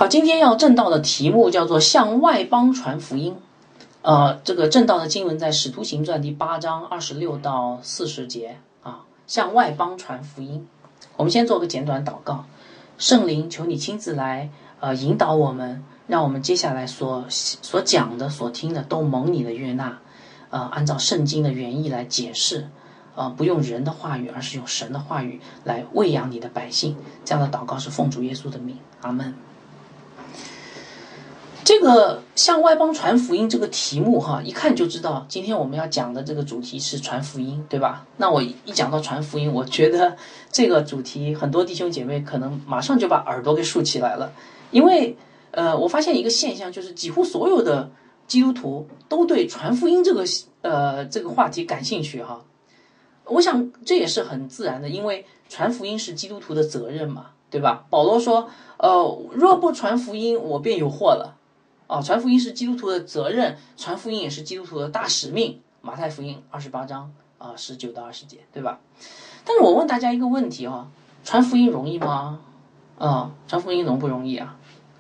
好，今天要正道的题目叫做向外邦传福音。这个正道的经文在《使徒行传》第8章26到40节啊，向外邦传福音。我们先做个简短祷告，圣灵，求你亲自来引导我们，让我们接下来所讲的、所听的都蒙你的悦纳，按照圣经的原意来解释，不用人的话语，而是用神的话语来喂养你的百姓。这样的祷告是奉主耶稣的名，阿们。这个向外邦传福音这个题目一看就知道今天我们要讲的这个主题是传福音，对吧？那我一讲到传福音，我觉得这个主题很多弟兄姐妹可能马上就把耳朵给竖起来了，因为我发现一个现象，就是几乎所有的基督徒都对传福音这个话题感兴趣哈。我想这也是很自然的，因为传福音是基督徒的责任嘛，对吧？保罗说若不传福音，我便有祸了。传福音是基督徒的责任，传福音也是基督徒的大使命。马太福音28章19到20节，对吧？但是我问大家一个问题传福音容易吗？传福音容不容易啊？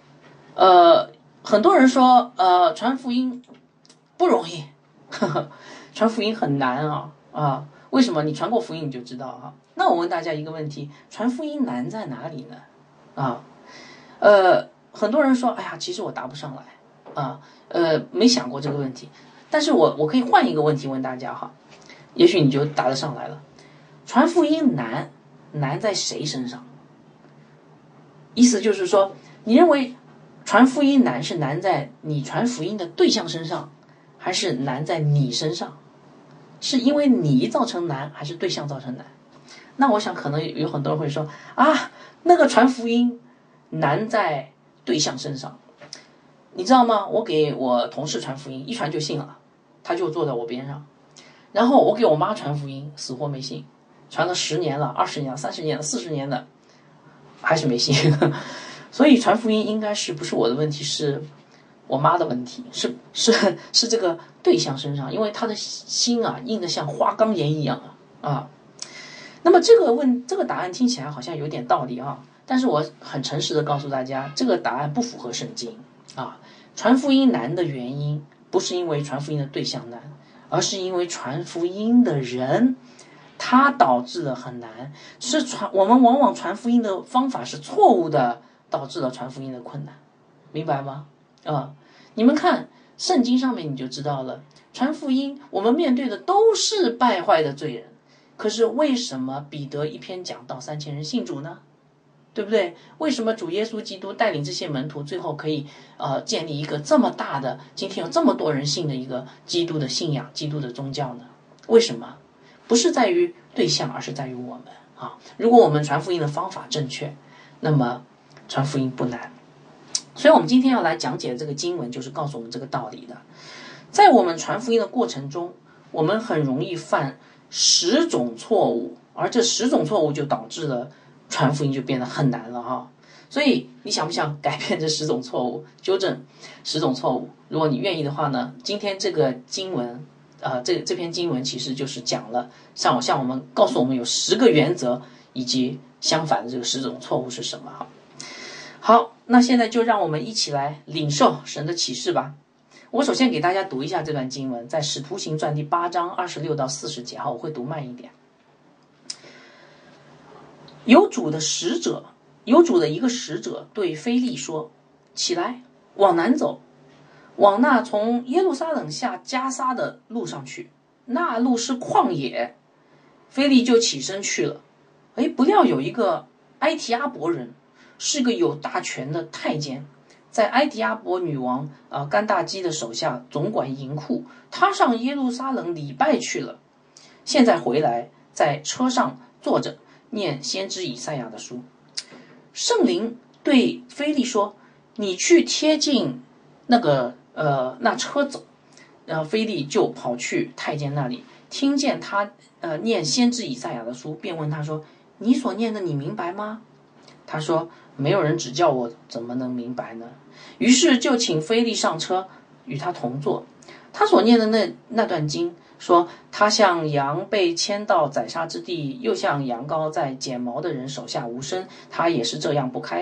很多人说传福音不容易，传福音很难为什么？你传过福音你就知道那我问大家一个问题，传福音难在哪里呢？很多人说，哎呀，其实我答不上来没想过这个问题。但是我可以换一个问题问大家也许你就答得上来了。传福音难在谁身上？意思就是说，你认为传福音难是难在你传福音的对象身上，还是难在你身上？是因为你造成难，还是对象造成难？那我想可能有很多人会说那个传福音难在对象身上。你知道吗？我给我同事传福音，一传就信了，他就坐在我边上。然后我给我妈传福音，死活没信，传了10年了、20年了、30年了、40年的，还是没信。所以传福音应该不是我的问题，是我妈的问题，是这个对象身上，因为他的心硬得像花岗岩一样那么这个答案听起来好像有点道理但是我很诚实的告诉大家，这个答案不符合圣经传福音难的原因不是因为传福音的对象难，而是因为传福音的人他导致了很难，我们往往传福音的方法是错误的，导致了传福音的困难，明白吗？你们看圣经上面你就知道了，传福音我们面对的都是败坏的罪人，可是为什么彼得一篇讲道3000人信主呢？对不对？为什么主耶稣基督带领这些门徒最后可以建立一个这么大的，今天有这么多人信的一个基督的信仰、基督的宗教呢？为什么？不是在于对象，而是在于我们如果我们传福音的方法正确，那么传福音不难。所以我们今天要来讲解这个经文，就是告诉我们这个道理的。在我们传福音的过程中，我们很容易犯10种错误，而这10种错误就导致了传福音就变得很难了所以你想不想改变这10种错误，纠正10种错误？如果你愿意的话呢，今天这个经文这篇经文其实就是讲了向我们告诉我们有10个原则，以及相反的这个10种错误是什么好，那现在就让我们一起来领受神的启示吧。我首先给大家读一下这段经文，在使徒行传第8章26到40节我会读慢一点。有主的一个使者对腓利说，起来，往南走，往那从耶路撒冷下加撒的路上去，那路是旷野。腓利就起身去了。不料有一个埃提阿伯人，是个有大权的太监，在埃提阿伯女王甘大基的手下总管银库，他上耶路撒冷礼拜去了，现在回来，在车上坐着念先知以赛亚的书。圣灵对腓利说，你去贴近那车走。然后腓利就跑去太监那里，听见他念先知以赛亚的书，便问他说，你所念的你明白吗？他说，没有人指教我，怎么能明白呢？于是就请腓利上车与他同坐。他所念的那段经说，他像羊被牵到宰杀之地，又像羊羔在剪毛的人手下无声，他也是这样不开口。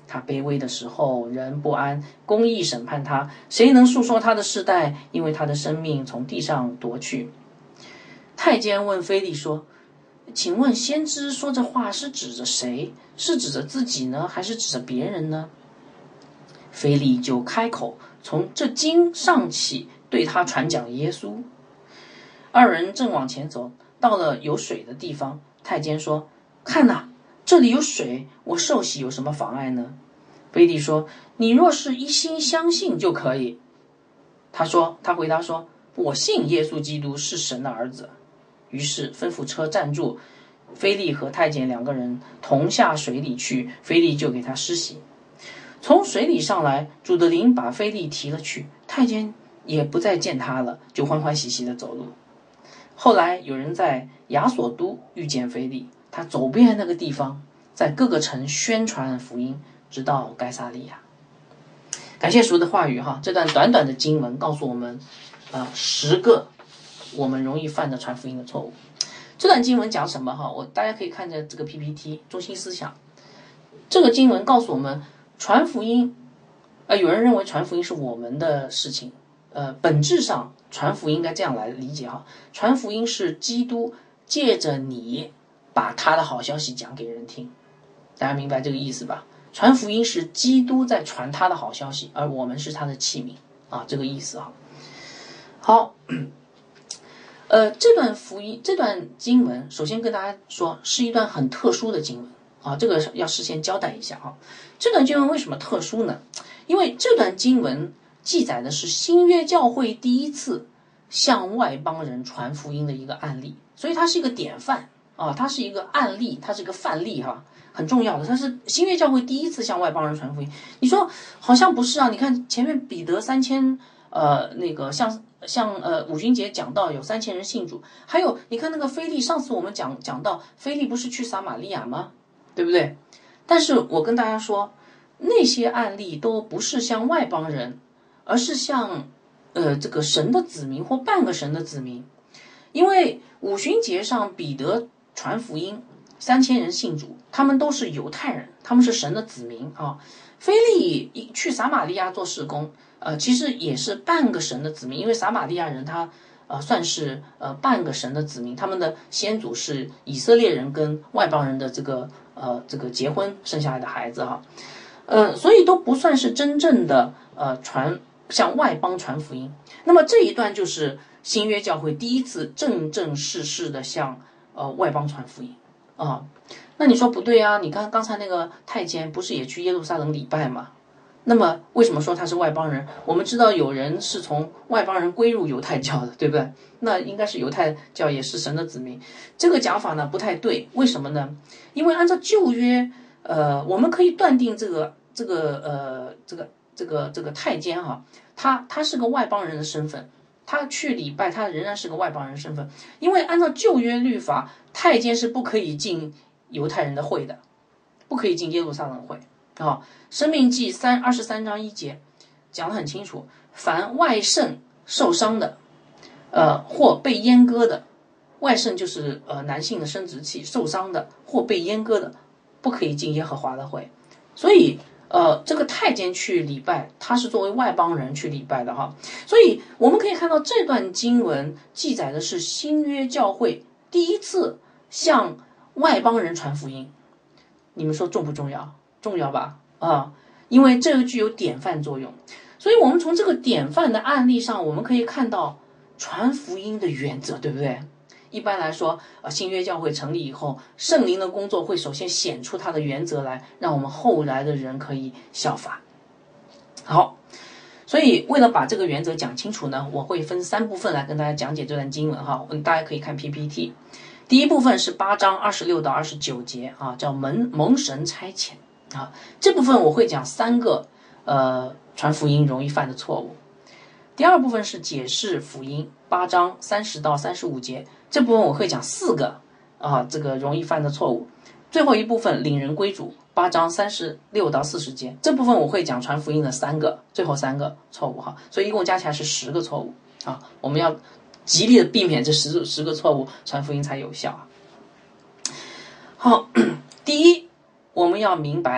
他卑微的时候，人不安，公义审判他，谁能述说他的世代？因为他的生命从地上夺去。太监问腓力说：“请问先知说这话是指着谁？是指着自己呢，还是指着别人呢？”腓力就开口，从这经上起，对他传讲耶稣。二人正往前走，到了有水的地方，太监说：“看哪，这里有水，我受洗有什么妨碍呢？”腓力说：“你若是一心相信就可以。”他回答说：“我信耶稣基督是神的儿子。”于是吩咐车站住，腓力和太监两个人同下水里去，腓力就给他施洗。从水里上来，主的灵把腓力提了去，太监也不再见他了，就欢欢喜喜地走路。后来有人在亚索都遇见腓力，他走遍那个地方，在各个城宣传福音，直到该撒利亚。感谢主的话语哈，这段短短的经文告诉我们10个我们容易犯的传福音的错误。这段经文讲什么哈？大家可以看着这个 PPT 中心思想。这个经文告诉我们，传福音，有人认为传福音是我们的事情，本质上传福音应该这样来理解哈，传福音是基督借着你把他的好消息讲给人听，大家明白这个意思吧？传福音是基督在传他的好消息，而我们是他的器皿啊，这个意思啊。好，这段经文，首先跟大家说是一段很特殊的经文啊，这个要事先交代一下啊。这段经文为什么特殊呢？因为这段经文记载的是新约教会第一次向外邦人传福音的一个案例，所以它是一个典范啊，它是一个案例，它是一个范例哈，很重要的。它是新约教会第一次向外邦人传福音。你说好像不是啊？你看前面彼得3000，那个像五旬节讲到有3000人信主，还有你看那个腓力，上次我们讲到腓力不是去撒玛利亚吗？对不对？但是我跟大家说，那些案例都不是向外邦人，而是向这个神的子民或半个神的子民。因为五旬节上彼得传福音，3000人信主，他们都是犹太人，他们是神的子民啊。腓力去撒玛利亚做事工，其实也是半个神的子民，因为撒玛利亚人他算是半个神的子民，他们的先祖是以色列人跟外邦人的这个结婚生下来的孩子哈，所以都不算是真正的向外邦传福音。那么这一段就是新约教会第一次正正式式的向外邦传福音啊。那你说不对啊？你看刚才那个太监不是也去耶路撒冷礼拜吗？那么为什么说他是外邦人？我们知道有人是从外邦人归入犹太教的，对不对？那应该是犹太教也是神的子民。这个讲法呢不太对，为什么呢？因为按照旧约，我们可以断定这个太监哈，他是个外邦人的身份，他去礼拜，他仍然是个外邦人身份。因为按照旧约律法，太监是不可以进犹太人的会的，不可以进耶路撒冷会啊。申命记23章1节讲得很清楚，凡外甥受伤的，或被阉割的，外甥就是男性的生殖器受伤的或被阉割的，不可以进耶和华的会。所以这个太监去礼拜，他是作为外邦人去礼拜的哈。所以我们可以看到这段经文记载的是新约教会第一次向外邦人传福音。你们说重不重要？重要吧？因为这个具有典范作用。所以我们从这个典范的案例上，我们可以看到传福音的原则，对不对？一般来说，新约教会成立以后，圣灵的工作会首先显出它的原则来，让我们后来的人可以效法。好，所以为了把这个原则讲清楚呢，我会分3部分来跟大家讲解这段经文哈。大家可以看 PPT。第一部分是8章26到29节啊，叫蒙神差遣啊。这部分我会讲3个传福音容易犯的错误。第二部分是解释福音，8章30到35节，这部分我会讲4个这个容易犯的错误。最后一部分领人归主，8章36到40节，这部分我会讲传福音的最后3个错误哈，所以一共加起来是10个错误啊。我们要极力的避免这10个错误，传福音才有效。好，第一，我们要明白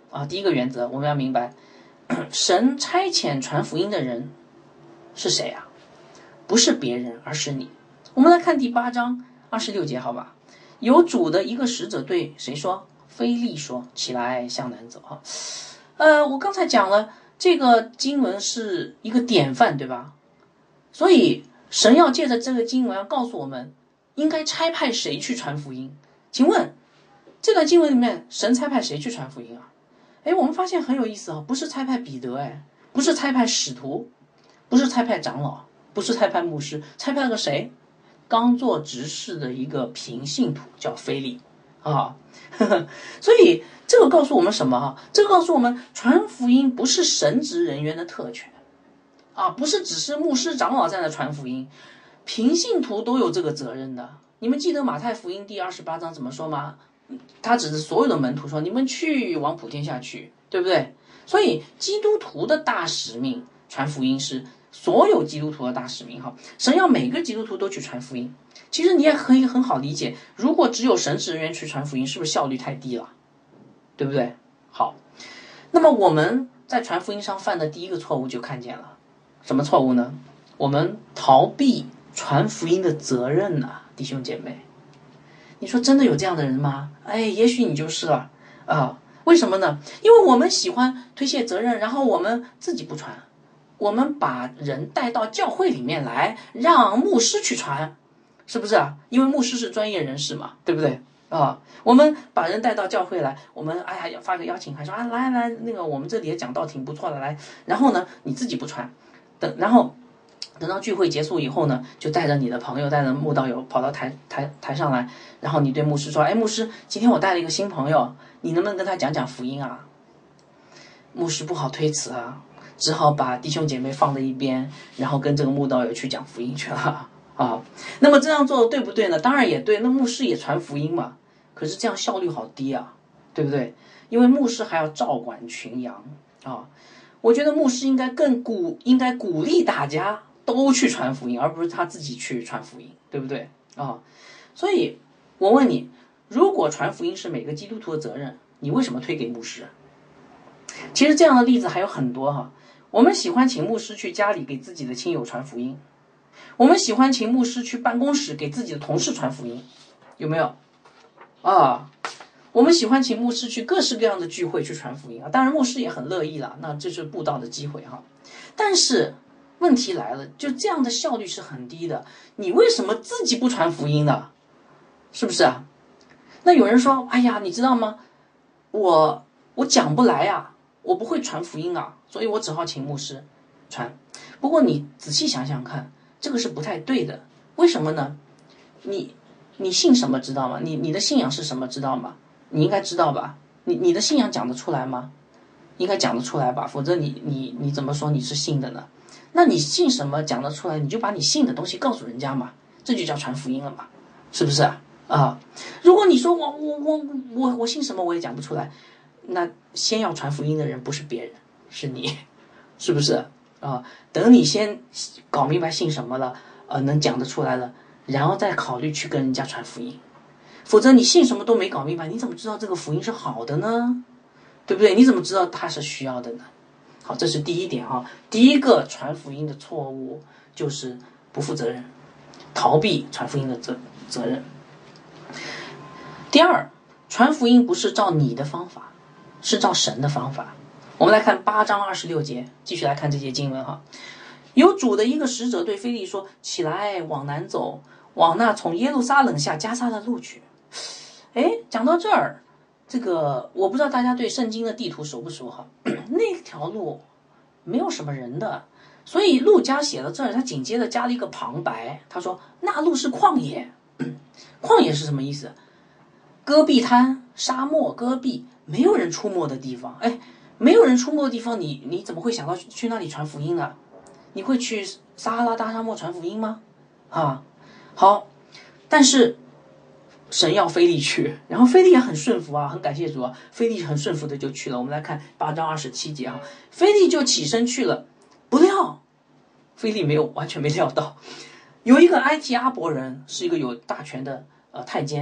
啊，第一个原则我们要明白，神差遣传福音的人是谁啊？不是别人，而是你。我们来看第8章26节，好吧？有主的一个使者对谁说？腓利说：“起来，向南走。”哈，我刚才讲了，这个经文是一个典范，对吧？所以神要借着这个经文要告诉我们，应该差派谁去传福音？请问这段经文里面，神差派谁去传福音啊？我们发现很有意思啊，不是差派彼得，不是差派使徒，不是差派长老，不是差派牧师，差派了个谁？刚做执事的一个平信徒，叫腓利啊。所以这个告诉我们什么哈？这个告诉我们，传福音不是神职人员的特权啊，不是只是牧师长老在那传福音，平信徒都有这个责任的。你们记得马太福音第28章怎么说吗？他指着所有的门徒说：“你们去，往普天下去，对不对？”所以基督徒的大使命，传福音是所有基督徒的大使命哈。神要每个基督徒都去传福音。其实你也可以很好理解，如果只有神职人员去传福音，是不是效率太低了？对不对？好，那么我们在传福音上犯的第一个错误就看见了，什么错误呢？我们逃避传福音的责任啊，弟兄姐妹。你说真的有这样的人吗？也许你就是了啊。为什么呢？因为我们喜欢推卸责任，然后我们自己不传，我们把人带到教会里面来，让牧师去传，是不是啊？因为牧师是专业人士嘛，对不对啊？我们把人带到教会来，我们要发个邀请函，说来，那个我们这里也讲道挺不错的，来，然后呢你自己不传，然后等到聚会结束以后呢，就带着你的朋友，带着慕道友跑到台上来，然后你对牧师说：“牧师，今天我带了一个新朋友，你能不能跟他讲讲福音啊？”牧师不好推辞啊，只好把弟兄姐妹放在一边，然后跟这个慕道友去讲福音去了啊。那么这样做对不对呢？当然也对，那牧师也传福音嘛。可是这样效率好低啊，对不对？因为牧师还要照管群羊啊。我觉得牧师应该鼓励大家都去传福音，而不是他自己去传福音，对不对啊？所以我问你，如果传福音是每个基督徒的责任，你为什么推给牧师？其实这样的例子还有很多哈。我们喜欢请牧师去家里给自己的亲友传福音，我们喜欢请牧师去办公室给自己的同事传福音，有没有啊？我们喜欢请牧师去各式各样的聚会去传福音啊，当然牧师也很乐意了，那这是布道的机会哈。但是问题来了，就这样的效率是很低的，你为什么自己不传福音呢？是不是啊？那有人说，你知道吗？我讲不来啊，我不会传福音啊，所以我只好请牧师传。不过你仔细想想看，这个是不太对的。为什么呢？你信什么知道吗？你的信仰是什么知道吗？你应该知道吧？你的信仰讲得出来吗？应该讲得出来吧，否则你怎么说你是信的呢？那你信什么讲得出来，你就把你信的东西告诉人家嘛，这就叫传福音了嘛，是不是啊？如果你说我信什么我也讲不出来，那先要传福音的人不是别人，是你，是不是啊？等你先搞明白信什么了，能讲得出来了，然后再考虑去跟人家传福音。否则你信什么都没搞明白，你怎么知道这个福音是好的呢？对不对？你怎么知道他是需要的呢？好，这是第一点哈。第一个传福音的错误就是不负责任，逃避传福音的责任。第二，传福音不是照你的方法，是照神的方法。我们来看8章26节，继续来看这节经文哈。有主的一个使者对腓利说：“起来，往南走，往那从耶路撒冷下加撒的路去。”讲到这儿，这个我不知道大家对圣经的地图熟不熟哈？那条路没有什么人的，所以路加写到这儿，他紧接着加了一个旁白，他说那路是旷野。旷野是什么意思？戈壁滩、沙漠、戈壁，没有人出没的地方。没有人出没的地方，你怎么会想到去那里传福音呢？你会去撒哈拉大沙漠传福音吗？好，但是神要腓利去，然后腓利也很顺服啊，很感谢主啊，腓利很顺服的就去了。我们来看8章27节啊，腓利就起身去了，不料腓利完全没料到，有一个埃及阿伯人，是一个有大权的太监，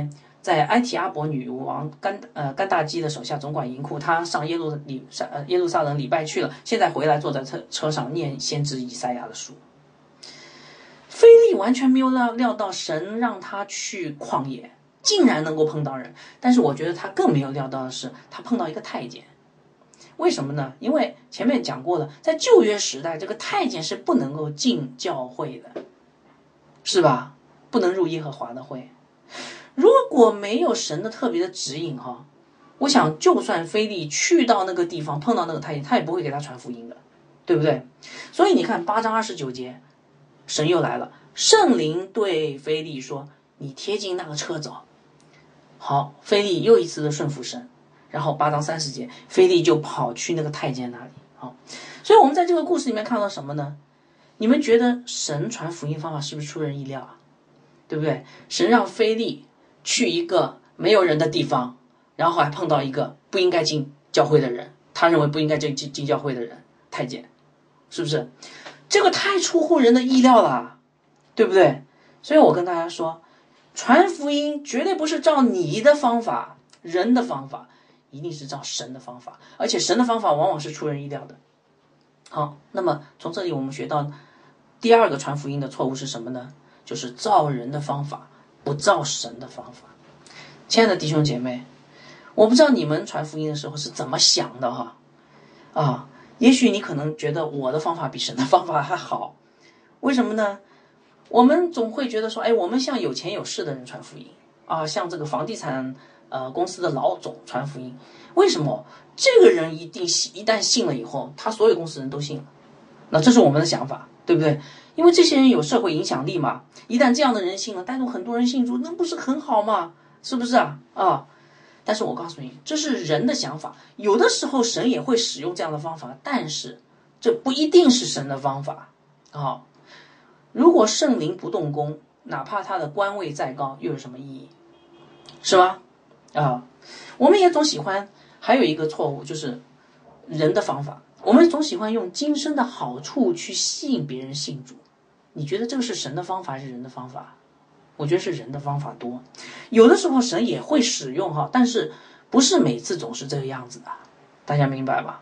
在埃提阿伯女王甘大基的手下总管银库，他上耶路撒冷礼拜去了，现在回来坐在车上念先知以赛亚的书。腓力完全没有料到神让他去旷野，竟然能够碰到人。但是我觉得他更没有料到的是，他碰到一个太监。为什么呢？因为前面讲过了，在旧约时代，这个太监是不能够进教会的，是吧？不能入耶和华的会。如果没有神的特别的指引哈，我想就算腓力去到那个地方碰到那个太监，他也不会给他传福音的，对不对？所以你看8章29节，神又来了，圣灵对腓力说：“你贴近那个车走。”好，腓力又一次的顺服神。然后8章30节，腓力就跑去那个太监那里。好，所以我们在这个故事里面看到什么呢？你们觉得神传福音方法是不是出人意料啊？对不对？神让腓力去一个没有人的地方，然后还碰到一个不应该进教会的人，他认为不应该进教会的人，太监，是不是？这个太出乎人的意料了，对不对？所以我跟大家说，传福音绝对不是照你的方法，人的方法，一定是照神的方法，而且神的方法往往是出人意料的。好，那么从这里我们学到第二个传福音的错误是什么呢？就是照人的方法，不照神的方法。亲爱的弟兄姐妹，我不知道你们传福音的时候是怎么想的哈。也许你可能觉得我的方法比神的方法还好，为什么呢？我们总会觉得说，我们向有钱有势的人传福音啊，向这个房地产公司的老总传福音。为什么？这个人一旦信了以后，他所有公司人都信了，那这是我们的想法，对不对？因为这些人有社会影响力嘛，一旦这样的人信了，带动很多人信主，那不是很好吗？是不是啊？但是我告诉你，这是人的想法，有的时候神也会使用这样的方法，但是这不一定是神的方法啊。如果圣灵不动工，哪怕他的官位再高，又有什么意义？是吧？我们也总喜欢，还有一个错误就是人的方法，我们总喜欢用今生的好处去吸引别人信主。你觉得这个是神的方法还是人的方法？我觉得是人的方法多，有的时候神也会使用但是不是每次总是这个样子的，大家明白吧？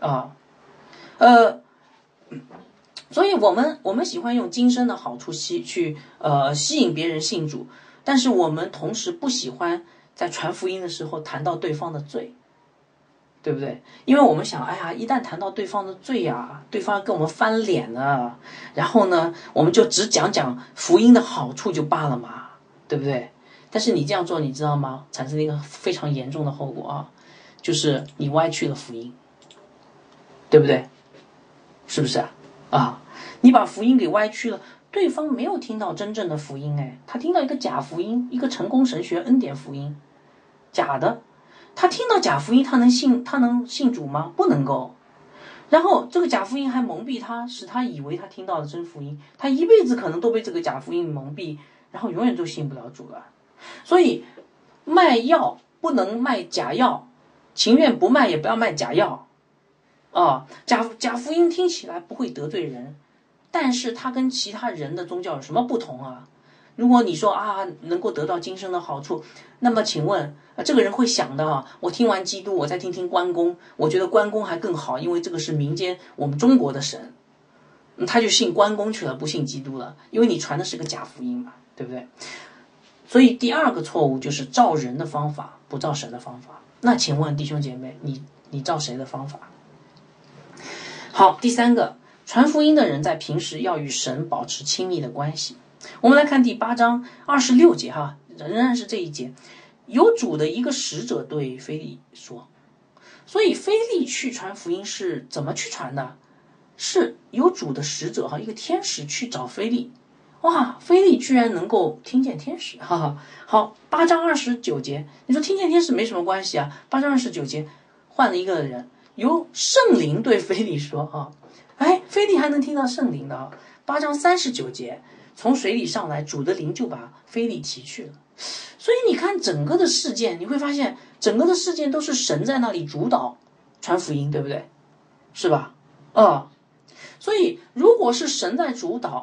所以我们喜欢用今生的好处吸引别人信主，但是我们同时不喜欢在传福音的时候谈到对方的罪，对不对？因为我们想，一旦谈到对方的罪呀，对方跟我们翻脸了，然后呢，我们就只讲福音的好处就罢了嘛，对不对？但是你这样做，你知道吗？产生了一个非常严重的后果就是你歪曲了福音，对不对？是不是你把福音给歪曲了，对方没有听到真正的福音，他听到一个假福音，一个成功神学恩典福音，假的。他听到假福音，他能信主吗？不能够。然后这个假福音还蒙蔽他，使他以为他听到了真福音，他一辈子可能都被这个假福音蒙蔽，然后永远都信不了主了。所以卖药不能卖假药，情愿不卖也不要卖假药假福音听起来不会得罪人，但是它跟其他人的宗教有什么不同啊？如果你说能够得到今生的好处，那么请问这个人会想的我听完基督，我再听听关公，我觉得关公还更好，因为这个是民间我们中国的神，他就信关公去了，不信基督了，因为你传的是个假福音嘛，对不对？所以第二个错误就是照人的方法，不照神的方法。那请问弟兄姐妹，你照谁的方法？好，第三个，传福音的人在平时要与神保持亲密的关系。我们来看第8章26节仍然是这一节，有主的一个使者对腓力说，所以腓力去传福音是怎么去传的？是有主的使者一个天使去找腓力，腓力居然能够听见天使，好，8章29节，你说听见天使没什么关系8章29节换了一个人，由圣灵对腓力说腓力还能听到圣灵的8章39节，从水里上来，主的灵就把腓力提去了。所以你看整个的事件，你会发现整个的事件都是神在那里主导传福音，对不对？是吧？所以如果是神在主导，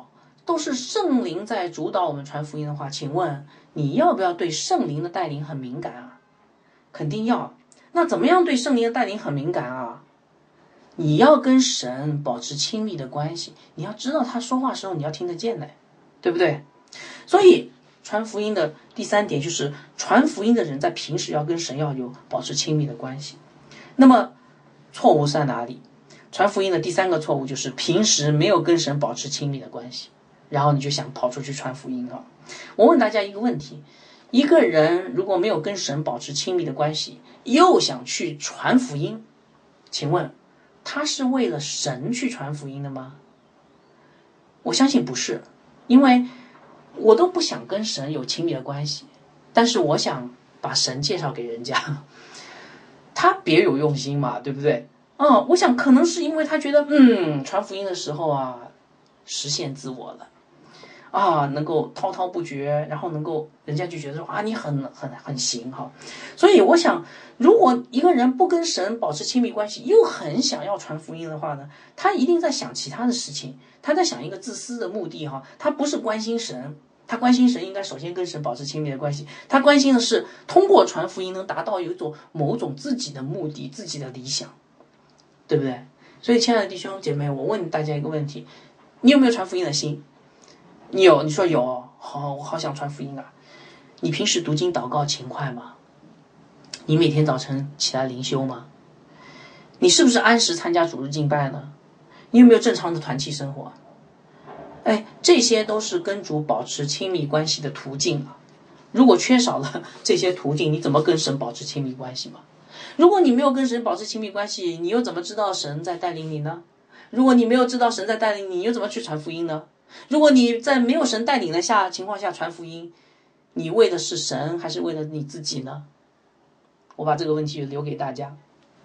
都是圣灵在主导我们传福音的话，请问你要不要对圣灵的带领很敏感啊？肯定要。那怎么样对圣灵的带领很敏感啊？你要跟神保持亲密的关系，你要知道他说话的时候你要听得见的，对不对？所以传福音的第3点就是传福音的人在平时要跟神要有保持亲密的关系。那么错误在哪里？传福音的第3个错误就是平时没有跟神保持亲密的关系，然后你就想跑出去传福音啊。我问大家一个问题，一个人如果没有跟神保持亲密的关系，又想去传福音，请问他是为了神去传福音的吗？我相信不是，因为我都不想跟神有亲密的关系，但是我想把神介绍给人家，他别有用心嘛，对不对？我想可能是因为他觉得传福音的时候啊实现自我了能够滔滔不绝，然后能够人家就觉得说你很行哈。所以我想，如果一个人不跟神保持亲密关系，又很想要传福音的话呢，他一定在想其他的事情，他在想一个自私的目的哈，他不是关心神。他关心神应该首先跟神保持亲密的关系，他关心的是通过传福音能达到某种自己的目的，自己的理想，对不对？所以亲爱的弟兄姐妹，我问大家一个问题，你有没有传福音的心？你有，你说有，我好想传福音啊。你平时读经祷告勤快吗？你每天早晨起来灵修吗？你是不是按时参加主日敬拜呢？你有没有正常的团契生活？这些都是跟主保持亲密关系的途径啊。如果缺少了这些途径，你怎么跟神保持亲密关系嘛？如果你没有跟神保持亲密关系，你又怎么知道神在带领你呢？如果你没有知道神在带领你，又怎么去传福音呢？如果你在没有神带领的情况下传福音，你为的是神还是为了你自己呢？我把这个问题留给大家。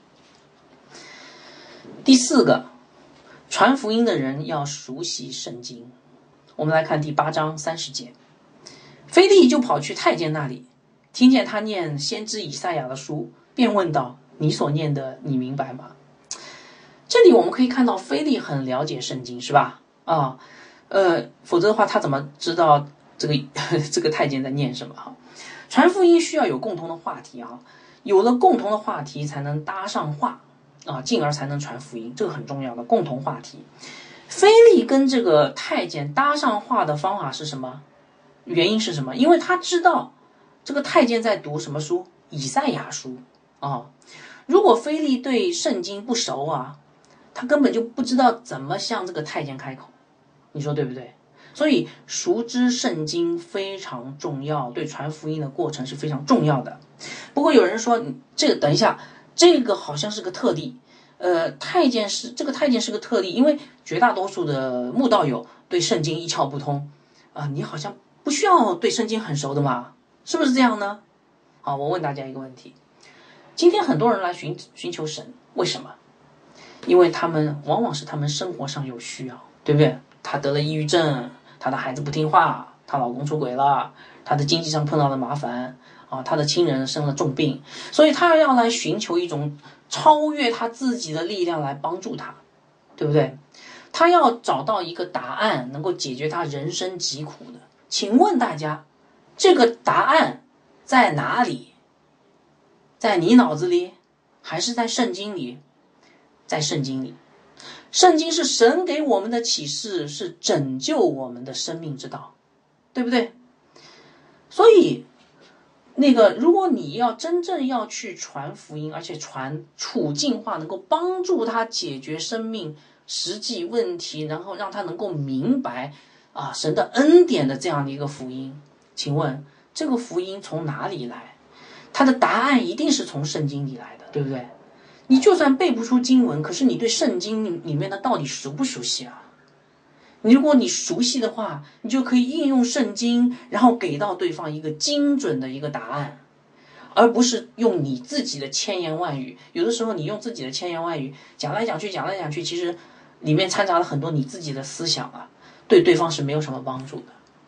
第4个，传福音的人要熟悉圣经。我们来看第8章30节，腓利就跑去太监那里，听见他念先知以赛亚的书，便问道：你所念的你明白吗？这里我们可以看到腓利很了解圣经，是吧？否则的话他怎么知道这个太监在念什么？传福音需要有共同的话题有了共同的话题才能搭上话进而才能传福音，这个很重要的共同话题。腓利跟这个太监搭上话的方法是什么？原因是什么？因为他知道这个太监在读什么书？以赛亚书如果腓利对圣经不熟他根本就不知道怎么向这个太监开口，你说对不对？所以熟知圣经非常重要，对传福音的过程是非常重要的。不过有人说，等一下，这个好像是个特例。这个太监是个特例，因为绝大多数的慕道友对圣经一窍不通你好像不需要对圣经很熟的嘛，是不是这样呢？好，我问大家一个问题，今天很多人来寻求神，为什么？因为往往是他们生活上有需要，对不对？他得了抑郁症，他的孩子不听话，他老公出轨了，他的经济上碰到了麻烦他的亲人生了重病，所以他要来寻求一种超越他自己的力量来帮助他，对不对？他要找到一个答案，能够解决他人生疾苦的。请问大家，这个答案在哪里？在你脑子里，还是在圣经里？在圣经里。圣经是神给我们的启示，是拯救我们的生命之道，对不对？所以如果你要真正要去传福音，而且传处境化，能够帮助他解决生命实际问题，然后让他能够明白神的恩典的这样的一个福音，请问这个福音从哪里来？它的答案一定是从圣经里来的，对不对？你就算背不出经文，可是你对圣经里面的道理熟不熟悉如果你熟悉的话，你就可以应用圣经，然后给到对方一个精准的一个答案，而不是用你自己的千言万语。有的时候你用自己的千言万语讲来讲去，其实里面掺杂了很多你自己的思想对对方是没有什么帮助的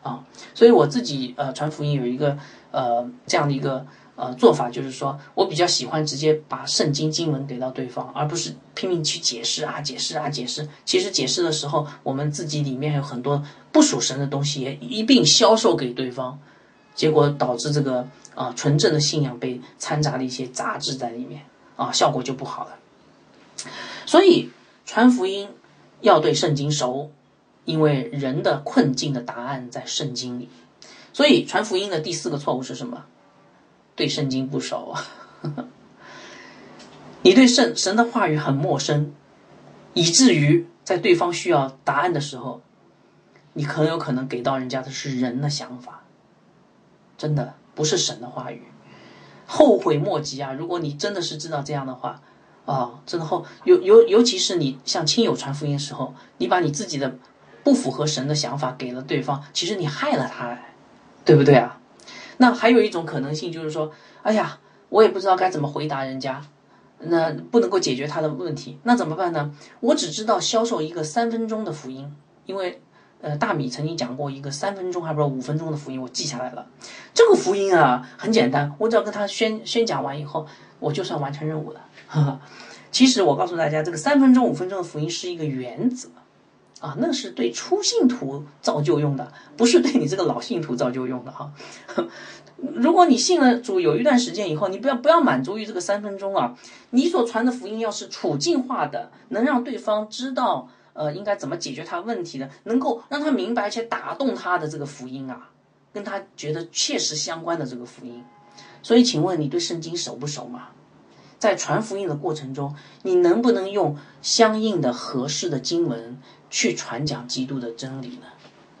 啊。所以我自己传福音有一个这样的一个做法，就是说我比较喜欢直接把圣经经文给到对方，而不是拼命去解释啊解释啊解释。其实解释的时候，我们自己里面有很多不属神的东西也一并销售给对方，结果导致这个纯正的信仰被掺杂了一些杂质在里面啊，效果就不好了。所以传福音要对圣经熟，因为人的困境的答案在圣经里。所以传福音的第4个错误是什么？对圣经不熟啊。你对神的话语很陌生，以至于在对方需要答案的时候，你很有可能给到人家的是人的想法，真的不是神的话语。后悔莫及啊！如果你真的是知道这样的话真的尤其是你向亲友传福音的时候，你把你自己的不符合神的想法给了对方，其实你害了他，对不对啊？那还有一种可能性就是说，哎呀，我也不知道该怎么回答人家，那不能够解决他的问题，那怎么办呢？我只知道销售一个3分钟的福音，因为大米曾经讲过一个3分钟还不知道5分钟的福音，我记下来了。这个福音啊很简单，我只要跟他宣讲完以后，我就算完成任务了。其实我告诉大家，这个3分钟5分钟的福音是一个原则那是对初信徒造就用的，不是对你这个老信徒造就用的哈。如果你信了主有一段时间以后，你不要满足于这个3分钟啊，你所传的福音要是处境化的，能让对方知道应该怎么解决他问题的，能够让他明白且打动他的这个福音啊，跟他觉得切实相关的这个福音。所以请问你对圣经熟不熟吗？在传福音的过程中，你能不能用相应的合适的经文去传讲基督的真理呢？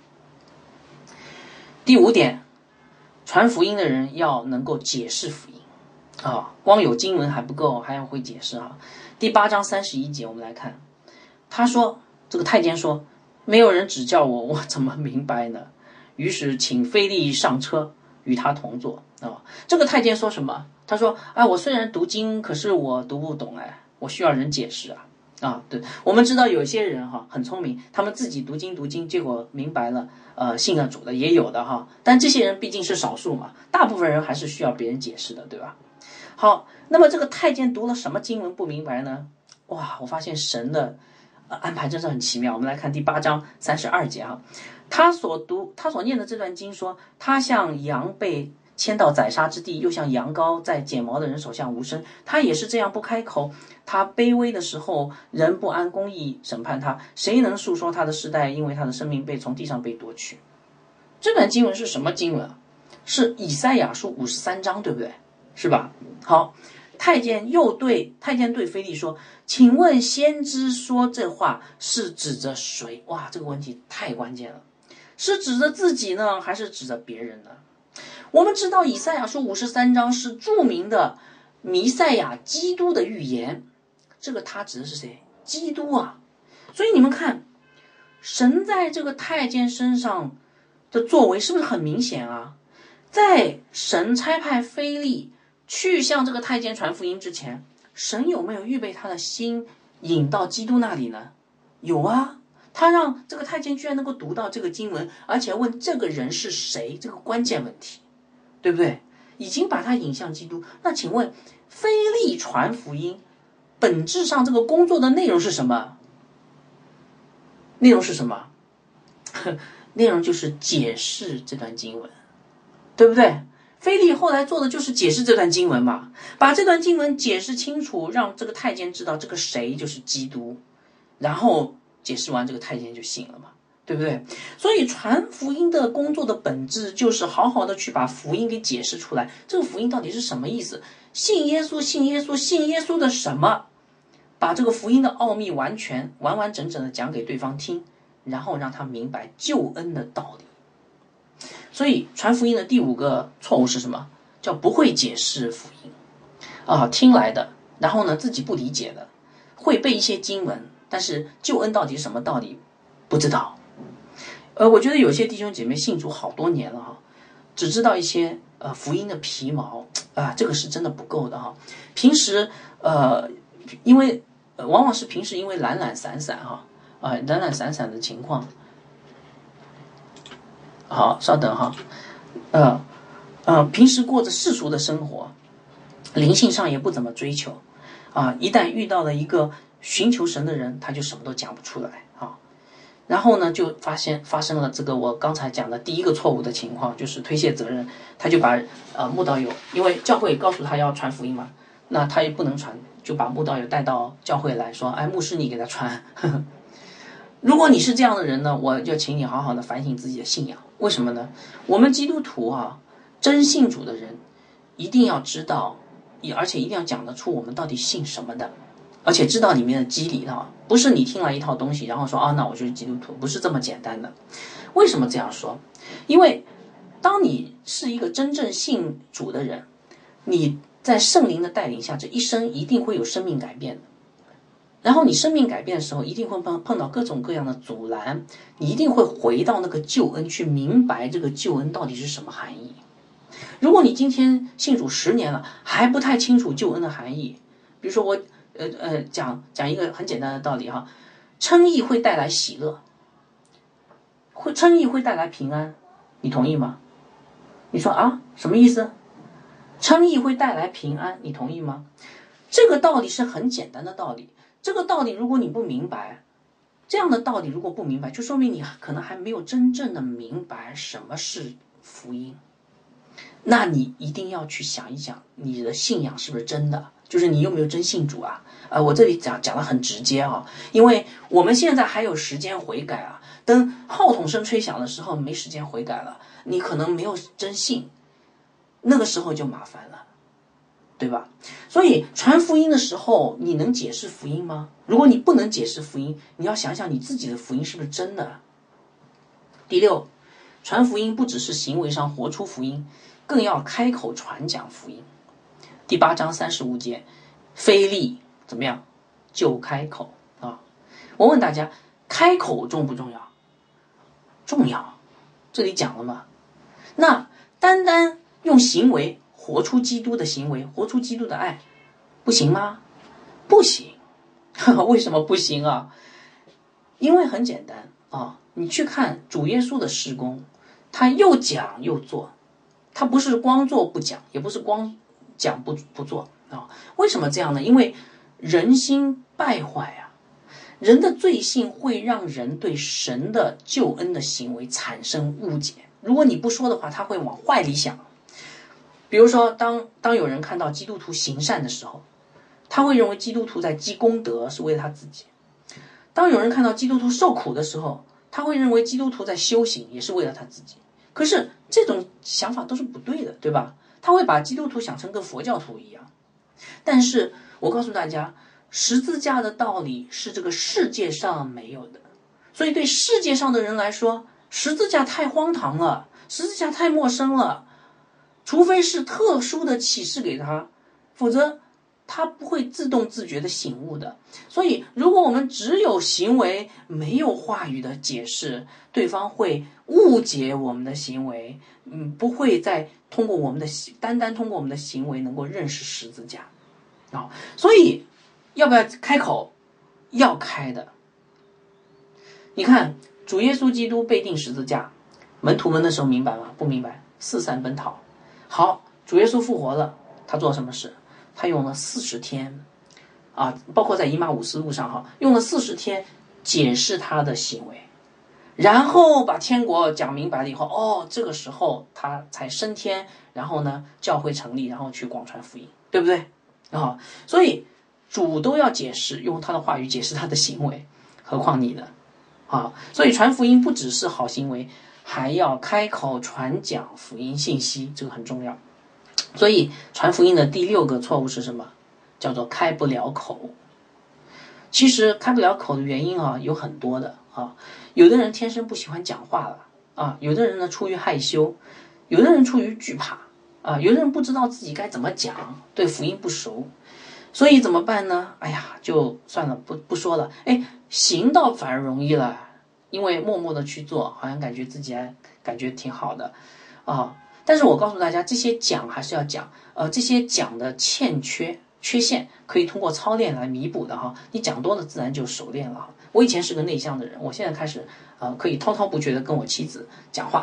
第5点，传福音的人要能够解释福音光有经文还不够，还要会解释第8章31节我们来看，他说，这个太监说，没有人指教我，我怎么明白呢？于是请腓力上车与他同坐这个太监说什么？他说我虽然读经，可是我读不懂我需要人解释对，我们知道有些人很聪明，他们自己读经，结果明白了信了主的也有的但这些人毕竟是少数嘛，大部分人还是需要别人解释的，对吧？好，那么这个太监读了什么经文不明白呢？哇，我发现神的安排真是很奇妙。我们来看第8章32节他所念的这段经说，他像羊被牵到宰杀之地，又像羊羔在剪毛的人手下无声，他也是这样不开口。他卑微的时候，人不按公义审判他，谁能述说他的世代？因为他的生命从地上被夺去。这段经文是什么经文？是以赛亚书53章，对不对？是吧？好，太监对腓力说，请问先知说这话是指着谁？哇，这个问题太关键了，是指着自己呢，还是指着别人呢？我们知道以赛亚书53章是著名的弥赛亚基督的预言，这个他指的是谁？基督啊！所以你们看，神在这个太监身上的作为是不是很明显啊？在神差派腓力去向这个太监传福音之前，神有没有预备他的心引到基督那里呢？有啊，他让这个太监居然能够读到这个经文，而且问这个人是谁，这个关键问题，对不对？已经把他引向基督。那请问腓力传福音本质上这个工作的内容是什么？内容是什么？内容就是解释这段经文，对不对？腓力后来做的就是解释这段经文嘛，把这段经文解释清楚，让这个太监知道这个谁就是基督，然后解释完，这个太监就信了嘛，对不对？所以传福音的工作的本质就是好好的去把福音给解释出来，这个福音到底是什么意思？信耶稣，信耶稣，信耶稣的什么？把这个福音的奥秘完整的讲给对方听，然后让他明白救恩的道理。所以传福音的第5个错误是什么？叫不会解释福音听来的，然后呢自己不理解的，会背一些经文，但是救恩到底是什么道理不知道。我觉得有些弟兄姐妹信主好多年了只知道一些福音的皮毛这个是真的不够的平时因为往往是平时因为懒懒散散的情况好，稍等哈，平时过着世俗的生活，灵性上也不怎么追求啊，一旦遇到了一个寻求神的人，他就什么都讲不出来啊。然后呢，就发生了这个我刚才讲的第一个错误的情况，就是推卸责任。他就把慕道友，因为教会告诉他要传福音嘛，那他也不能传，就把慕道友带到教会来说，哎，牧师你给他传。如果你是这样的人呢，我就请你好好的反省自己的信仰。为什么呢？我们基督徒啊，真信主的人一定要知道，而且一定要讲得出我们到底信什么的，而且知道里面的机理啊，不是你听了一套东西，然后说啊，那我就是基督徒，不是这么简单的。为什么这样说？因为当你是一个真正信主的人，你在圣灵的带领下，这一生一定会有生命改变的。然后你生命改变的时候，一定会碰到各种各样的阻拦，你一定会回到那个救恩去明白这个救恩到底是什么含义。如果你今天信主10年了，还不太清楚救恩的含义，比如说我讲一个很简单的道理哈，称义会带来喜乐，称义会带来平安，你同意吗？你说啊，什么意思？称义会带来平安，你同意吗？这个道理是很简单的道理。这个道理如果你不明白，这样的道理如果不明白，就说明你可能还没有真正的明白什么是福音。那你一定要去想一想，你的信仰是不是真的？就是你有没有真信主啊？我这里讲得很直接啊，因为我们现在还有时间悔改啊。等号筒声吹响的时候，没时间悔改了，你可能没有真信，那个时候就麻烦了，对吧？所以传福音的时候，你能解释福音吗？如果你不能解释福音，你要想想你自己的福音是不是真的。第六，传福音不只是行为上活出福音，更要开口传讲福音。第8章35节，非利怎么样？就开口啊！我问大家，开口重不重要？重要，这里讲了嘛。那单单用行为活出基督的行为，活出基督的爱，不行吗？不行。为什么不行啊？因为很简单啊，你去看主耶稣的事工，他又讲又做，他不是光做不讲，也不是光讲不做啊。为什么这样呢？因为人心败坏啊，人的罪性会让人对神的救恩的行为产生误解。如果你不说的话，他会往坏里想。比如说，当有人看到基督徒行善的时候，他会认为基督徒在积功德，是为了他自己。当有人看到基督徒受苦的时候，他会认为基督徒在修行，也是为了他自己。可是这种想法都是不对的，对吧？他会把基督徒想成跟佛教徒一样。但是我告诉大家，十字架的道理是这个世界上没有的，所以对世界上的人来说，十字架太荒唐了，十字架太陌生了，除非是特殊的启示给他，否则他不会自动自觉的醒悟的。所以如果我们只有行为没有话语的解释，对方会误解我们的行为，不会再通过我们的单通过我们的行为能够认识十字架啊。所以要不要开口？要开的。你看主耶稣基督被钉十字架，门徒们那时候明白吗？不明白，四散奔逃。好，主耶稣复活了，他做什么事？他用了40天啊，包括在以马五斯路上用了40天解释他的行为，然后把天国讲明白了以后，这个时候他才升天，然后呢教会成立，然后去广传福音，对不对啊？所以主都要解释，用他的话语解释他的行为，何况你呢啊？所以传福音不只是好行为，还要开口传讲福音信息，这个很重要。所以传福音的第6个错误是什么？叫做开不了口。其实开不了口的原因有很多的有的人天生不喜欢讲话了有的人呢出于害羞，有的人出于惧怕有的人不知道自己该怎么讲，对福音不熟，所以怎么办呢？哎呀，就算了，不说了。行道反而容易了，因为默默的去做，好像感觉自己还感觉挺好的但是我告诉大家，这些讲还是要讲，这些讲的缺陷可以通过操练来弥补的你讲多了自然就熟练了我以前是个内向的人，我现在开始可以滔滔不绝的跟我妻子讲话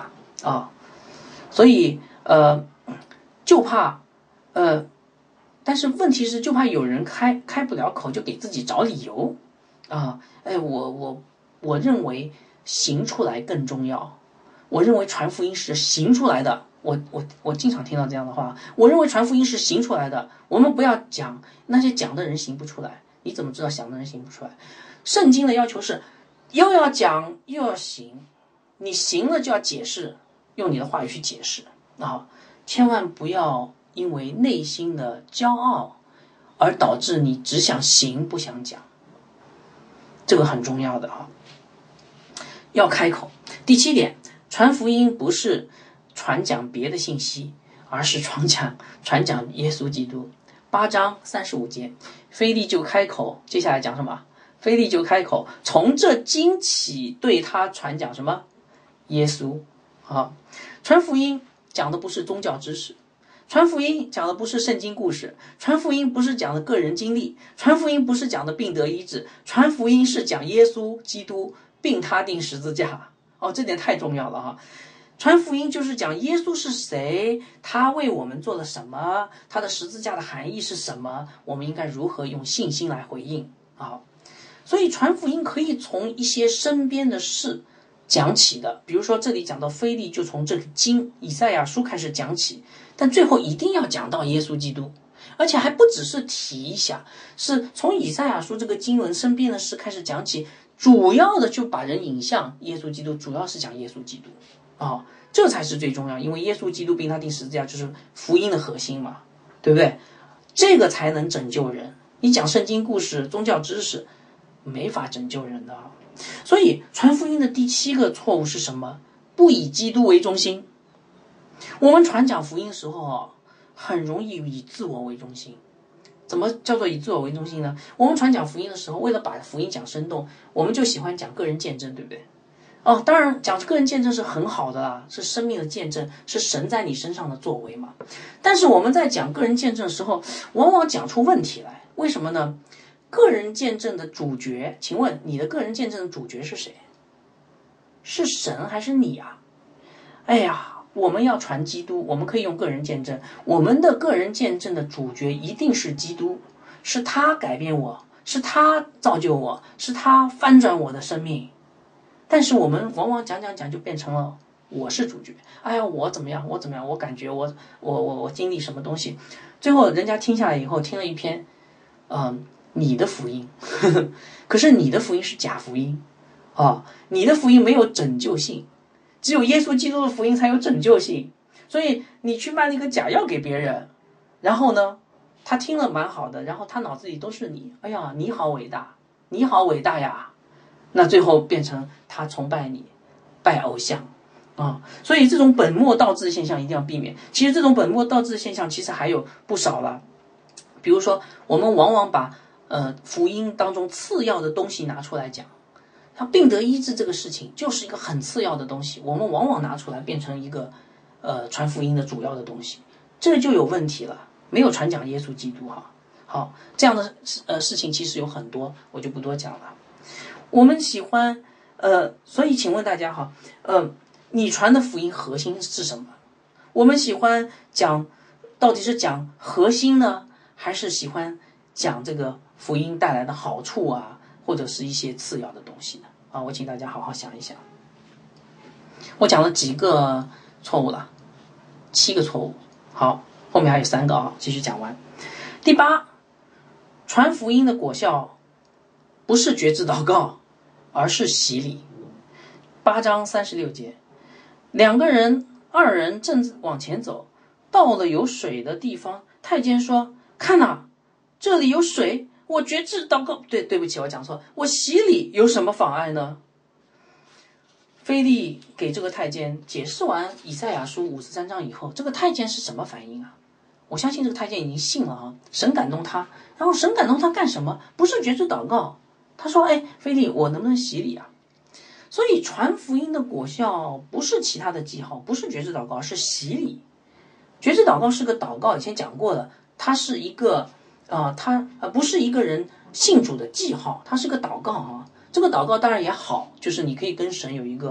啊。所以就怕但是问题是就怕有人开不了口，就给自己找理由啊。哎，我认为行出来更重要。我认为传福音是行出来的。我经常听到这样的话。我认为传福音是行出来的。我们不要讲那些讲的人行不出来，你怎么知道想的人行不出来？圣经的要求是又要讲又要行，你行了就要解释，用你的话语去解释啊！千万不要因为内心的骄傲而导致你只想行不想讲，这个很重要的啊，要开口。第7点，传福音不是传讲别的信息，而是传讲耶稣基督。8章35节，腓利就开口，接下来讲什么？腓利就开口，从这经起对他传讲什么？耶稣啊！传福音讲的不是宗教知识，传福音讲的不是圣经故事，传福音不是讲的个人经历，传福音不是讲的病得医治，传福音是讲耶稣基督并他钉十字架。哦，这点太重要了哈！传福音就是讲耶稣是谁，他为我们做了什么，他的十字架的含义是什么，我们应该如何用信心来回应啊！所以传福音可以从一些身边的事讲起的，比如说这里讲到腓利就从这个经以赛亚书开始讲起，但最后一定要讲到耶稣基督，而且还不只是提一下，是从以赛亚书这个经文身边的事开始讲起，主要的就把人引向耶稣基督，主要是讲耶稣基督啊，这才是最重要，因为耶稣基督并他钉十字架就是福音的核心嘛，对不对？这个才能拯救人。你讲圣经故事、宗教知识没法拯救人的。所以传福音的第7个错误是什么？不以基督为中心。我们传讲福音的时候很容易以自我为中心。怎么叫做以自我为中心呢？我们传讲福音的时候，为了把福音讲生动，我们就喜欢讲个人见证，对不对？当然讲个人见证是很好的啦，是生命的见证，是神在你身上的作为嘛。但是我们在讲个人见证的时候，往往讲出问题来。为什么呢？个人见证的主角，请问你的个人见证的主角是谁？是神还是你啊？哎呀，我们要传基督，我们可以用个人见证，我们的个人见证的主角一定是基督，是他改变我，是他造就我，是他翻转我的生命。但是我们往往讲就变成了我是主角，哎呀我怎么样，我感觉我经历什么东西，最后人家听下来以后，听了一篇你的福音可是你的福音是假福音你的福音没有拯救性，只有耶稣基督的福音才有拯救性。所以你去卖了一个假药给别人，然后呢他听了蛮好的，然后他脑子里都是你，哎呀你好伟大，你好伟大呀，那最后变成他崇拜你，拜偶像所以这种本末倒置的现象一定要避免。其实这种本末倒置的现象其实还有不少了，比如说我们往往把福音当中次要的东西拿出来讲，像病得医治这个事情就是一个很次要的东西，我们往往拿出来变成一个传福音的主要的东西，这就有问题了，没有传讲耶稣基督好，这样的事情其实有很多，我就不多讲了。我们喜欢所以请问大家你传的福音核心是什么？我们喜欢讲到底是讲核心呢，还是喜欢讲这个福音带来的好处啊，或者是一些次要的东西呢？我请大家好好想一想。我讲了几个错误了？7个错误。好，后面还有3个继续讲完。第8，传福音的果效不是觉知祷告，而是洗礼。8章36节，2人正往前走，到了有水的地方，太监说：“看哪，这里有水，我觉知祷告。”对不起，我讲错，我洗礼有什么妨碍呢？腓利给这个太监解释完以赛亚书53章以后，这个太监是什么反应啊？我相信这个太监已经信了神感动他，然后神感动他干什么？不是觉知祷告，他说：“腓利，我能不能洗礼啊？”所以传福音的果效不是其他的记号，不是觉知祷告，是洗礼。觉知祷告是个祷告，以前讲过了，它是一个它不是一个人信主的记号，它是个祷告这个祷告当然也好，就是你可以跟神有一个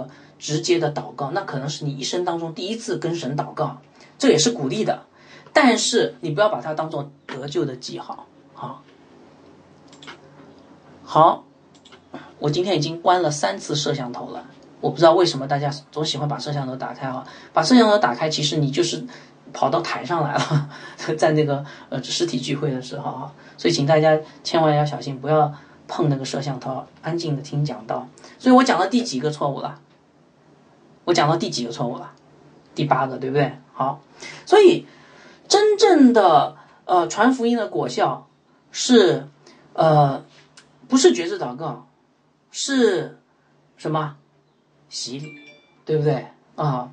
直接的祷告，那可能是你一生当中第一次跟神祷告，这也是鼓励的，但是你不要把它当做得救的记号。好，我今天已经关了3次摄像头了，我不知道为什么大家总喜欢把摄像头打开啊。把摄像头打开，其实你就是跑到台上来了，在那个实体聚会的时候啊，所以请大家千万要小心，不要碰那个摄像头，安静的听讲道。所以我讲了第几个错误了？我讲到第几个错误了？第8个，对不对？好，所以真正的传福音的果效是不是觉知祷告，是什么？洗礼，对不对啊？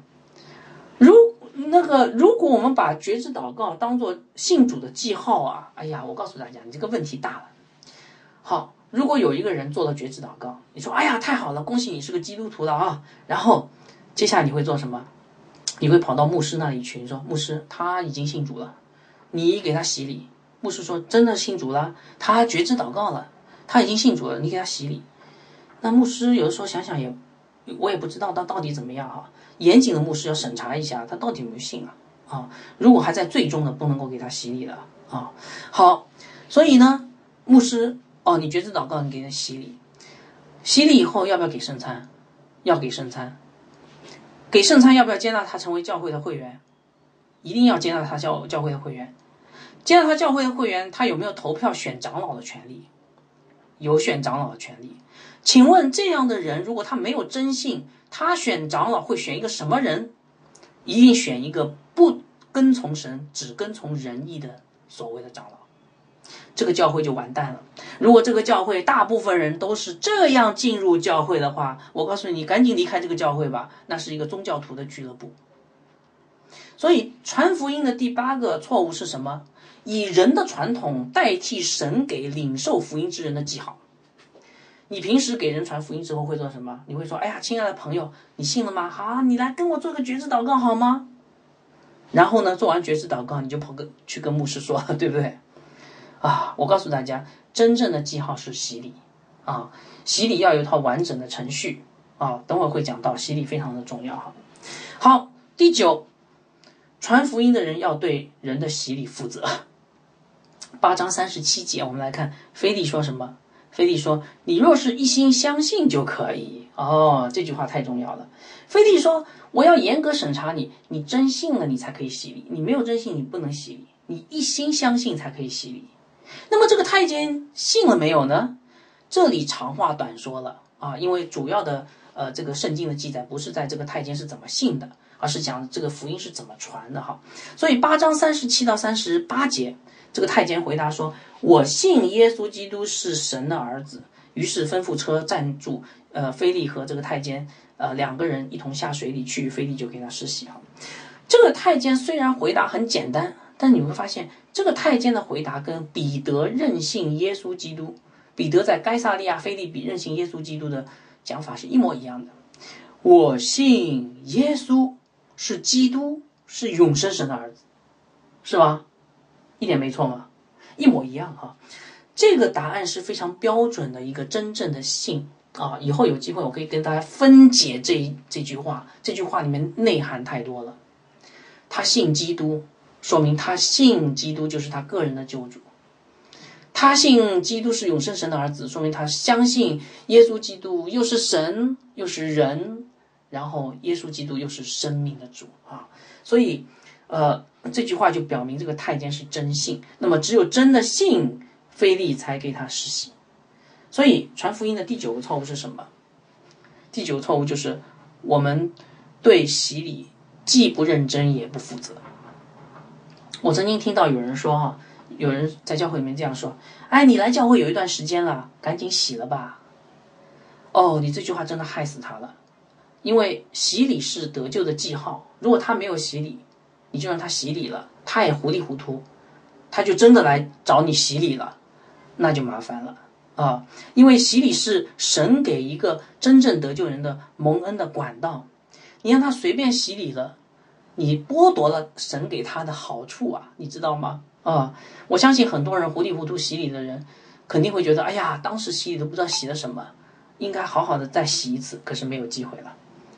如果我们把觉知祷告当做信主的记号啊，哎呀，我告诉大家，你这个问题大了。好，如果有一个人做了觉知祷告，你说，哎呀，太好了，恭喜你是个基督徒了啊。然后接下来你会做什么？你会跑到牧师那里去，你说，牧师他已经信主了，你给他洗礼。牧师说，真的信主了，他觉知祷告了，他已经信主了，你给他洗礼。那牧师有的时候想想我也不知道他到底怎么样哈。严谨的牧师要审查一下他到底有没有信啊。如果还在最终的，不能够给他洗礼了啊。好，所以呢，牧师你觉知祷告，你给他洗礼，洗礼以后要不要给圣餐？要给圣餐。给圣餐要不要接纳他成为教会的会员？一定要接纳他教会的会员。接纳他教会的会员，他有没有投票选长老的权利？有选长老的权利。请问这样的人，如果他没有真信，他选长老会选一个什么人？一定选一个不跟从神，只跟从人意的所谓的长老。这个教会就完蛋了。如果这个教会大部分人都是这样进入教会的话，我告诉你，赶紧离开这个教会吧，那是一个宗教徒的俱乐部。所以传福音的第8个错误是什么？以人的传统代替神给领受福音之人的记号。你平时给人传福音之后会做什么？你会说，哎呀，亲爱的朋友，你信了吗？好，你来跟我做个觉知祷告好吗？然后呢，做完觉知祷告，你就去跟牧师说，对不对？我告诉大家，真正的记号是洗礼啊，洗礼要有一套完整的程序啊，等会会讲到，洗礼非常的重要哈。好，第9，传福音的人要对人的洗礼负责。8章37节，我们来看腓利说什么？腓利说，你若是一心相信就可以。这句话太重要了。腓利说，我要严格审查你，你真信了你才可以洗礼，你没有真信你不能洗礼，你一心相信才可以洗礼。那么这个太监信了没有呢？这里长话短说了因为主要的这个圣经的记载不是在这个太监是怎么信的，而是讲这个福音是怎么传的哈。所以8章37到38节，这个太监回答说，我信耶稣基督是神的儿子。于是吩咐车站住，腓利和这个太监2个人一同下水里去，腓利就给他施洗哈。这个太监虽然回答很简单，但你会发现这个太监的回答跟彼得认信耶稣基督，彼得在该撒利亚腓立比认信耶稣基督的讲法是一模一样的。我信耶稣是基督，是永生神的儿子，是吧？一点没错吗？一模一样哈。这个答案是非常标准的一个真正的信以后有机会我可以跟大家分解这句话，这句话里面内涵太多了。他信基督，说明他信基督就是他个人的救主。他信基督是永生神的儿子，说明他相信耶稣基督又是神又是人，然后耶稣基督又是生命的主所以这句话就表明这个太监是真信。那么只有真的信，腓利才给他施洗。所以传福音的第9个错误是什么？第9个错误就是我们对洗礼既不认真也不负责。我曾经听到有人说有人在教会里面这样说，你来教会有一段时间了，赶紧洗了吧。你这句话真的害死他了。因为洗礼是得救的记号，如果他没有洗礼，你就让他洗礼了，他也糊里糊涂，他就真的来找你洗礼了，那就麻烦了因为洗礼是神给一个真正得救人的蒙恩的管道，你让他随便洗礼了，你剥夺了神给他的好处你知道吗？我相信很多人糊里糊涂洗礼的人肯定会觉得，哎呀，当时洗礼都不知道洗了什么，应该好好的再洗一次，可是没有机会了。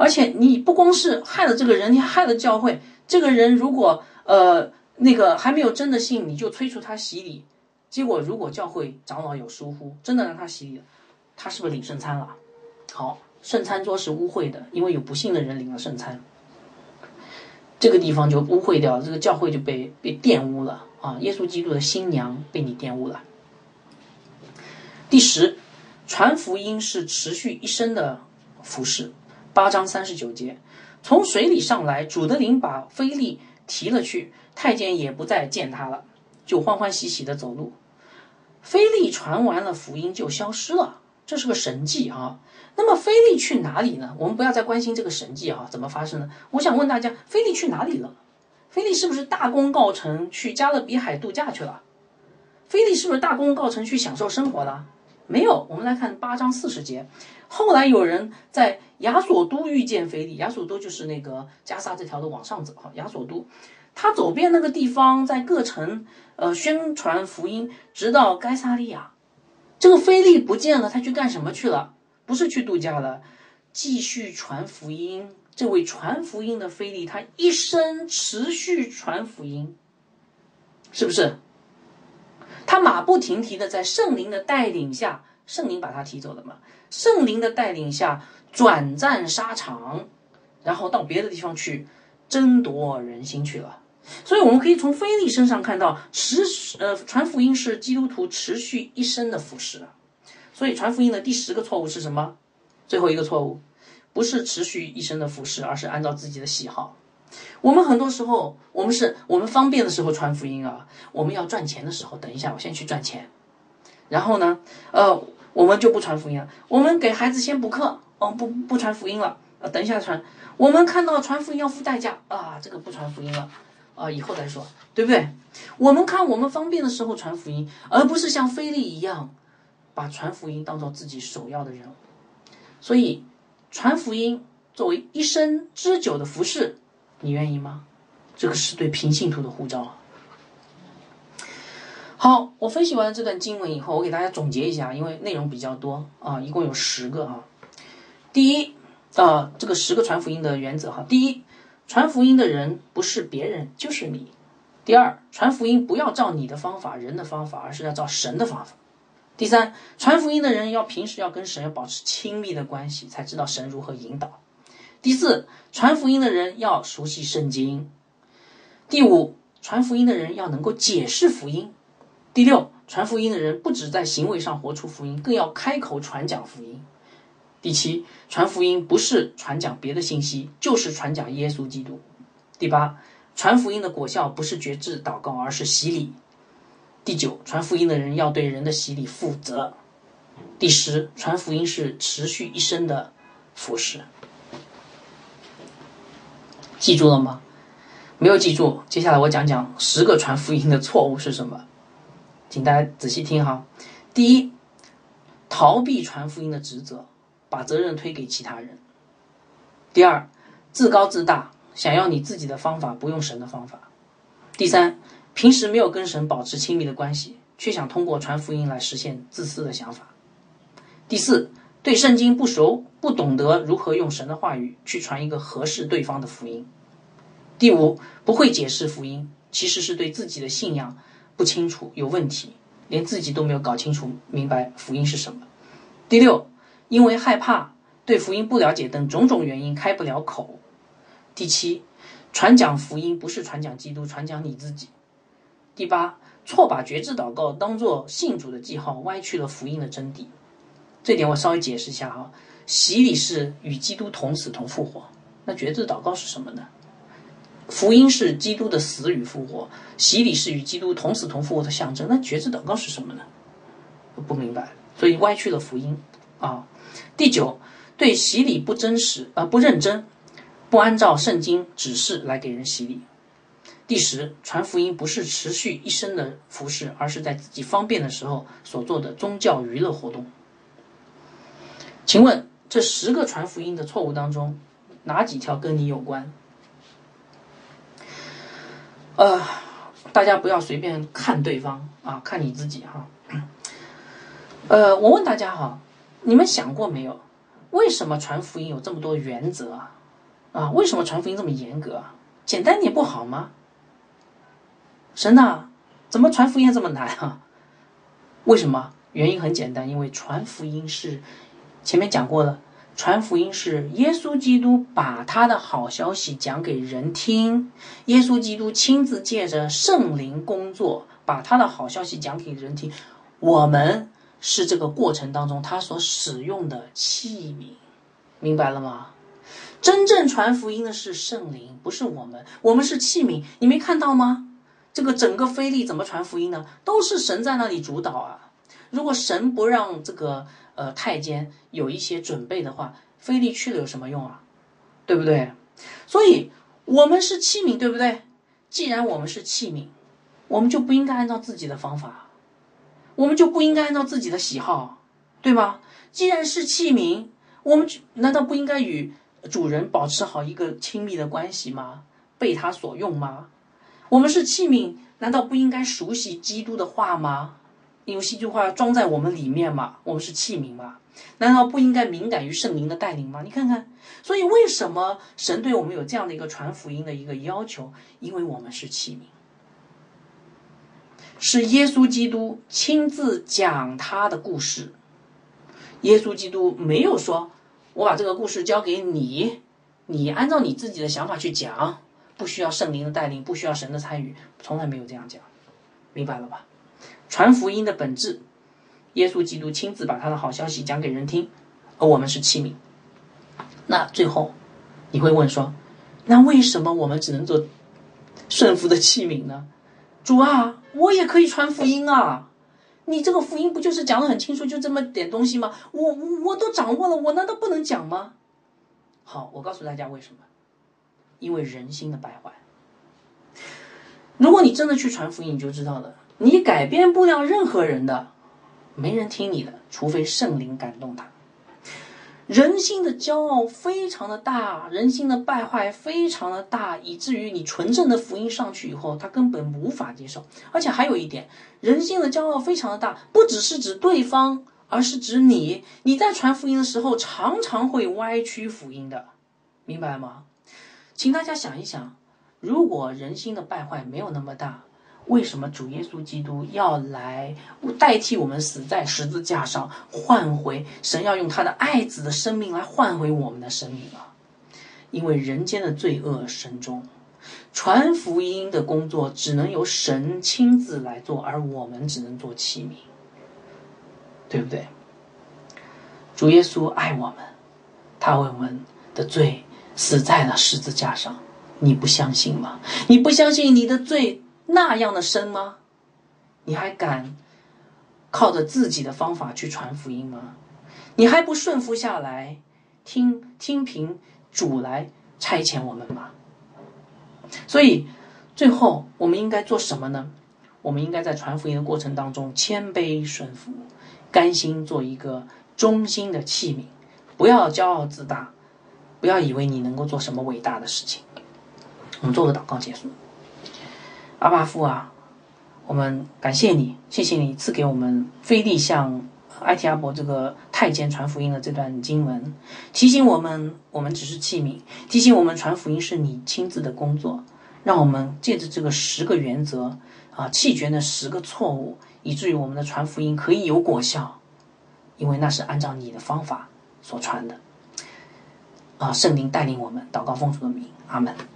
而且你不光是害了这个人，你还害了教会。这个人如果还没有真的信，你就催促他洗礼，结果如果教会长老有疏忽，真的让他洗礼了，他是不是领圣餐了？好，圣餐桌是污秽的，因为有不信的人领了圣餐，这个地方就污秽掉，这个教会就被玷污了啊！耶稣基督的新娘被你玷污了。第10，传福音是持续一生的服事。8章39节，从水里上来，主的灵把腓力提了去，太监也不再见他了，就欢欢喜喜的走路。腓力传完了福音就消失了，这是个神迹啊。那么腓力去哪里呢？我们不要再关心这个神迹啊，怎么发生的？我想问大家，腓力去哪里了？腓力是不是大功告成去加勒比海度假去了？腓力是不是大功告成去享受生活了？没有。我们来看8章40节，后来有人在亚索都遇见腓力，亚索都就是那个加沙这条路往上走哈，亚索都，他走遍那个地方，在各城宣传福音，直到该撒利亚。这个腓力不见了，他去干什么去了？不是去度假了，继续传福音。这位传福音的腓力，他一生持续传福音，是不是？他马不停蹄的在圣灵的带领下，圣灵把他提走了嘛？圣灵的带领下转战沙场，然后到别的地方去争夺人心去了。所以我们可以从腓力身上看到，传福音是基督徒持续一生的服事。所以传福音的第10个错误是什么？最后一个错误，不是持续一生的服事，而是按照自己的喜好。我们很多时候，我们方便的时候传福音啊，我们要赚钱的时候，等一下我先去赚钱，然后呢，我们就不传福音了。我们给孩子先补课，不传福音了，等一下传。我们看到传福音要付代价啊，这个不传福音了，以后再说，对不对？我们看我们方便的时候传福音，而不是像腓力一样把传福音当做自己首要的任务。所以传福音作为一生之久的服事，你愿意吗？这个是对平信徒的呼召。好，我分析完了这段经文以后，我给大家总结一下，因为内容比较多啊，一共有10个啊。第一，这个10个传福音的原则哈。第一，传福音的人不是别人，就是你。第二，传福音不要照你的方法、人的方法，而是要照神的方法。第三，传福音的人平时要跟神要保持亲密的关系，才知道神如何引导。第4，传福音的人要熟悉圣经。第5，传福音的人要能够解释福音。第6，传福音的人不只在行为上活出福音，更要开口传讲福音。第7，传福音不是传讲别的信息，就是传讲耶稣基督。第8，传福音的果效不是决志祷告，而是洗礼。第9，传福音的人要对人的洗礼负责。第10，传福音是持续一生的服事。记住了吗？没有记住，接下来我讲讲10个传福音的错误是什么，请大家仔细听哈。第一，逃避传福音的职责，把责任推给其他人。第二，自高自大，想要你自己的方法，不用神的方法。第三，平时没有跟神保持亲密的关系，却想通过传福音来实现自私的想法。第四，对圣经不熟，不懂得如何用神的话语去传一个合适对方的福音。第五，不会解释福音，其实是对自己的信仰不清楚，有问题，连自己都没有搞清楚明白福音是什么。第六，因为害怕对福音不了解等种种原因开不了口。第七，传讲福音不是传讲基督，传讲你自己。第八，错把决志祷告当作信主的记号，歪曲了福音的真谛。这点我稍微解释一下哈。洗礼是与基督同死同复活，那决志祷告是什么呢？福音是基督的死与复活，洗礼是与基督同死同复活的象征，那决志祷告是什么呢？不明白，所以歪曲了福音啊。第九，对洗礼不真实不认真，不按照圣经指示来给人洗礼。第十，传福音不是持续一生的服事，而是在自己方便的时候所做的宗教娱乐活动。请问这10个传福音的错误当中，哪几条跟你有关？大家不要随便看对方啊，看你自己哈。我问大家哈，你们想过没有？ 为什么传福音有这么多原则为什么传福音这么严格简单点不好吗？神呐，怎么传福音这么难为什么？原因很简单，因为传福音是前面讲过了，传福音是耶稣基督把他的好消息讲给人听，耶稣基督亲自借着圣灵工作，把他的好消息讲给人听，我们是这个过程当中他所使用的器皿，明白了吗？真正传福音的是圣灵，不是我们，我们是器皿，你没看到吗？这个整个腓利怎么传福音呢？都是神在那里主导如果神不让这个太监有一些准备的话，腓利去了有什么用对不对？所以我们是器皿，对不对？既然我们是器皿，我们就不应该按照自己的方法，我们就不应该按照自己的喜好，对吗？既然是器皿，我们难道不应该与主人保持好一个亲密的关系吗？被他所用吗？我们是器皿，难道不应该熟悉基督的话吗？因为基督话要装在我们里面嘛，我们是器皿嘛，难道不应该敏感于圣灵的带领吗？你看看，所以为什么神对我们有这样的一个传福音的一个要求？因为我们是器皿，是耶稣基督亲自讲他的故事。耶稣基督没有说我把这个故事交给你，你按照你自己的想法去讲，不需要圣灵的带领，不需要神的参与，从来没有这样讲，明白了吧？传福音的本质，耶稣基督亲自把他的好消息讲给人听，而我们是器皿。那最后你会问说，那为什么我们只能做顺服的器皿呢？主我也可以传福音你这个福音不就是讲得很清楚，就这么点东西吗？我都掌握了，我难道不能讲吗？好，我告诉大家为什么。因为人心的败坏。如果你真的去传福音，你就知道了，你改变不了任何人的，没人听你的，除非圣灵感动他。人心的骄傲非常的大，人心的败坏非常的大，以至于你纯正的福音上去以后，他根本无法接受。而且还有一点，人心的骄傲非常的大，不只是指对方，而是指你在传福音的时候常常会歪曲福音的，明白吗？请大家想一想，如果人心的败坏没有那么大，为什么主耶稣基督要来代替我们死在十字架上，换回神要用他的爱子的生命来换回我们的生命因为人间的罪恶深重，传福音的工作只能由神亲自来做，而我们只能做器皿，对不对？主耶稣爱我们，他为我们的罪死在了十字架上，你不相信吗？你不相信你的罪那样的深吗？你还敢靠着自己的方法去传福音吗？你还不顺服下来，听凭主来差遣我们吗？所以最后我们应该做什么呢？我们应该在传福音的过程当中谦卑顺服，甘心做一个忠心的器皿，不要骄傲自大，不要以为你能够做什么伟大的事情。我们做个祷告结束。阿爸父我们感谢你，谢谢你赐给我们腓利向埃提阿伯这个太监传福音的这段经文，提醒我们只是器皿，提醒我们传福音是你亲自的工作，让我们借着这个10个原则弃绝那10个错误，以至于我们的传福音可以有果效，因为那是按照你的方法所传的圣灵带领我们，祷告奉主的名，阿们。